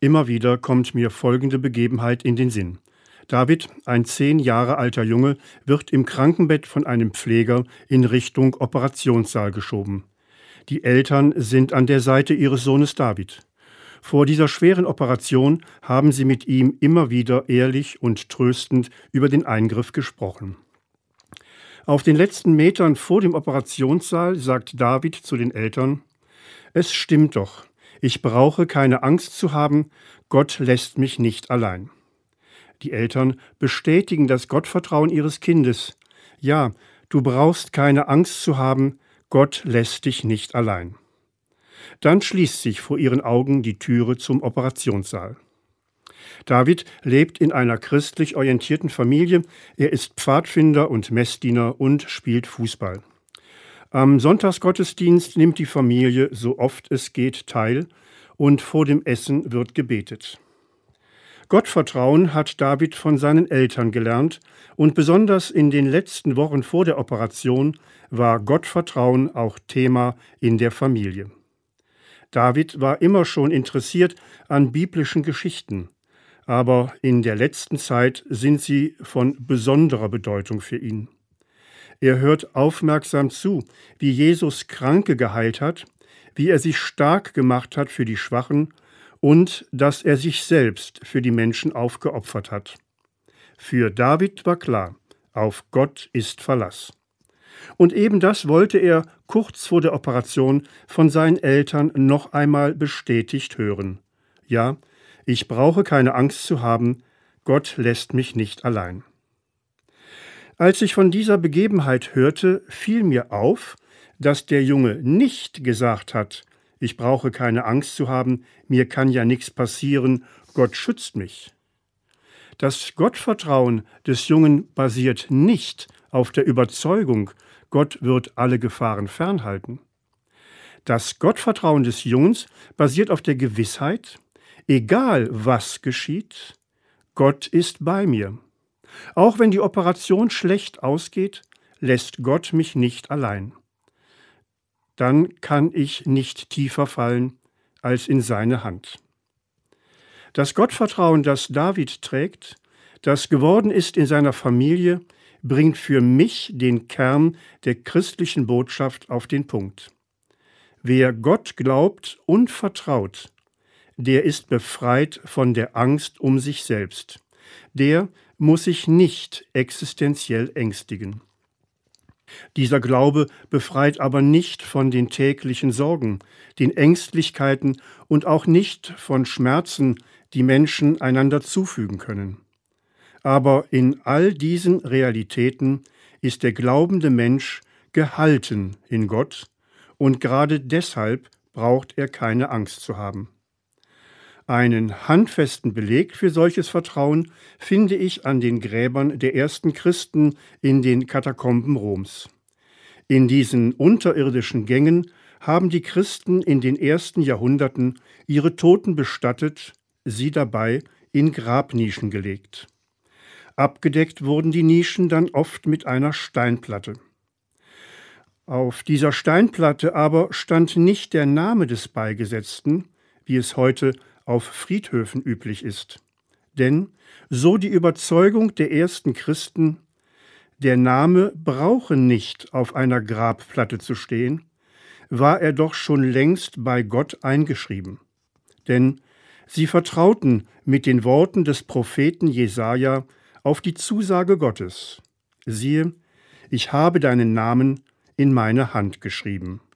Immer wieder kommt mir folgende Begebenheit in den Sinn. David, ein 10 Jahre alter Junge, wird im Krankenbett von einem Pfleger in Richtung Operationssaal geschoben. Die Eltern sind an der Seite ihres Sohnes David. Vor dieser schweren Operation haben sie mit ihm immer wieder ehrlich und tröstend über den Eingriff gesprochen. Auf den letzten Metern vor dem Operationssaal sagt David zu den Eltern: Es stimmt doch, ich brauche keine Angst zu haben, Gott lässt mich nicht allein. Die Eltern bestätigen das Gottvertrauen ihres Kindes. Ja, du brauchst keine Angst zu haben, Gott lässt dich nicht allein. Dann schließt sich vor ihren Augen die Türe zum Operationssaal. David lebt in einer christlich orientierten Familie. Er ist Pfadfinder und Messdiener und spielt Fußball. Am Sonntagsgottesdienst nimmt die Familie, so oft es geht, teil und vor dem Essen wird gebetet. Gottvertrauen hat David von seinen Eltern gelernt und besonders in den letzten Wochen vor der Operation war Gottvertrauen auch Thema in der Familie. David war immer schon interessiert an biblischen Geschichten, aber in der letzten Zeit sind sie von besonderer Bedeutung für ihn. Er hört aufmerksam zu, wie Jesus Kranke geheilt hat, wie er sich stark gemacht hat für die Schwachen und dass er sich selbst für die Menschen aufgeopfert hat. Für David war klar, auf Gott ist Verlass. Und eben das wollte er kurz vor der Operation von seinen Eltern noch einmal bestätigt hören. Ja, ich brauche keine Angst zu haben, Gott lässt mich nicht allein. Als ich von dieser Begebenheit hörte, fiel mir auf, dass der Junge nicht gesagt hat: Ich brauche keine Angst zu haben, mir kann ja nichts passieren, Gott schützt mich. Das Gottvertrauen des Jungen basiert nicht auf der Überzeugung, Gott wird alle Gefahren fernhalten. Das Gottvertrauen des Jungs basiert auf der Gewissheit, egal was geschieht, Gott ist bei mir. Auch wenn die Operation schlecht ausgeht, lässt Gott mich nicht allein. Dann kann ich nicht tiefer fallen als in seine Hand. Das Gottvertrauen, das David trägt, das geworden ist in seiner Familie, bringt für mich den Kern der christlichen Botschaft auf den Punkt. Wer Gott glaubt und vertraut, der ist befreit von der Angst um sich selbst. Der muss sich nicht existenziell ängstigen. Dieser Glaube befreit aber nicht von den täglichen Sorgen, den Ängstlichkeiten und auch nicht von Schmerzen, die Menschen einander zufügen können. Aber in all diesen Realitäten ist der glaubende Mensch gehalten in Gott und gerade deshalb braucht er keine Angst zu haben. Einen handfesten Beleg für solches Vertrauen finde ich an den Gräbern der ersten Christen in den Katakomben Roms. In diesen unterirdischen Gängen haben die Christen in den ersten Jahrhunderten ihre Toten bestattet, sie dabei in Grabnischen gelegt. Abgedeckt wurden die Nischen dann oft mit einer Steinplatte. Auf dieser Steinplatte aber stand nicht der Name des Beigesetzten, wie es heute auf Friedhöfen üblich ist. Denn, so die Überzeugung der ersten Christen, der Name brauche nicht auf einer Grabplatte zu stehen, war er doch schon längst bei Gott eingeschrieben. Denn sie vertrauten mit den Worten des Propheten Jesaja auf die Zusage Gottes: Siehe, ich habe deinen Namen in meine Hand geschrieben.